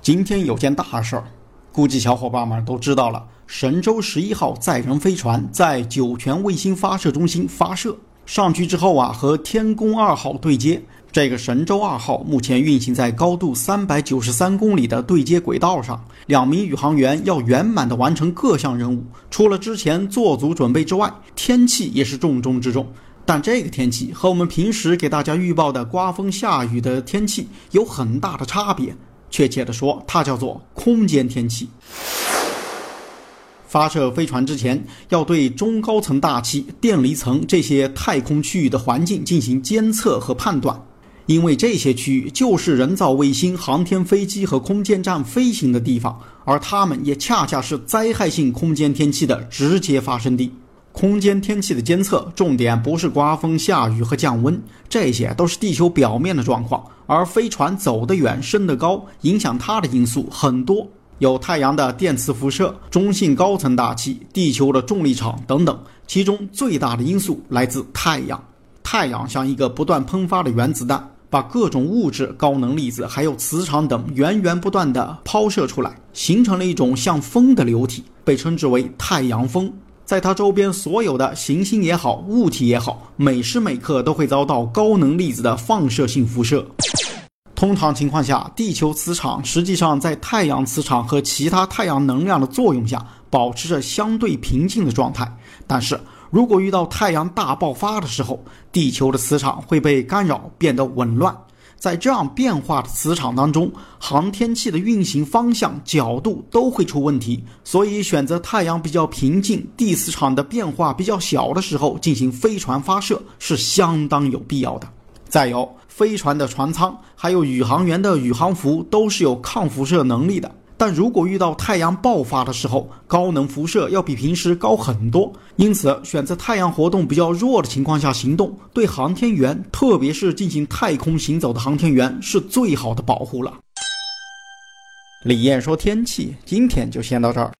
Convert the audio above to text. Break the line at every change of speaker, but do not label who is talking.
今天有件大事儿，估计小伙伴们都知道了。神舟11号载人飞船在酒泉卫星发射中心发射上去之后和天宫2号对接。这个神舟2号目前运行在高度393公里的对接轨道上，2名宇航员要圆满地完成各项任务。除了之前做足准备之外，天气也是重中之重。但这个天气和我们平时给大家预报的刮风下雨的天气有很大的差别。确切地说，它叫做空间天气。发射飞船之前，要对中高层大气、电离层这些太空区域的环境进行监测和判断，因为这些区域就是人造卫星、航天飞机和空间站飞行的地方，而它们也恰恰是灾害性空间天气的直接发生地。空间天气的监测重点不是刮风下雨和降温，这些都是地球表面的状况，而飞船走得远升得高，影响它的因素很多，有太阳的电磁辐射、中性高层大气、地球的重力场等等，其中最大的因素来自太阳。太阳像一个不断喷发的原子弹，把各种物质、高能粒子还有磁场等源不断地抛射出来，形成了一种像风的流体，被称之为太阳风。在它周边所有的行星也好，物体也好，每时每刻都会遭到高能粒子的放射性辐射。通常情况下，地球磁场实际上在太阳磁场和其他太阳能量的作用下保持着相对平静的状态。但是如果遇到太阳大爆发的时候，地球的磁场会被干扰，变得紊乱。在这样变化的磁场当中，航天器的运行方向、角度都会出问题，所以选择太阳比较平静、地磁场的变化比较小的时候进行飞船发射是相当有必要的。再有，飞船的船舱还有宇航员的宇航服都是有抗辐射能力的，但如果遇到太阳爆发的时候，高能辐射要比平时高很多，因此选择太阳活动比较弱的情况下行动，对航天员，特别是进行太空行走的航天员是最好的保护了。李艳说天气，今天就先到这儿。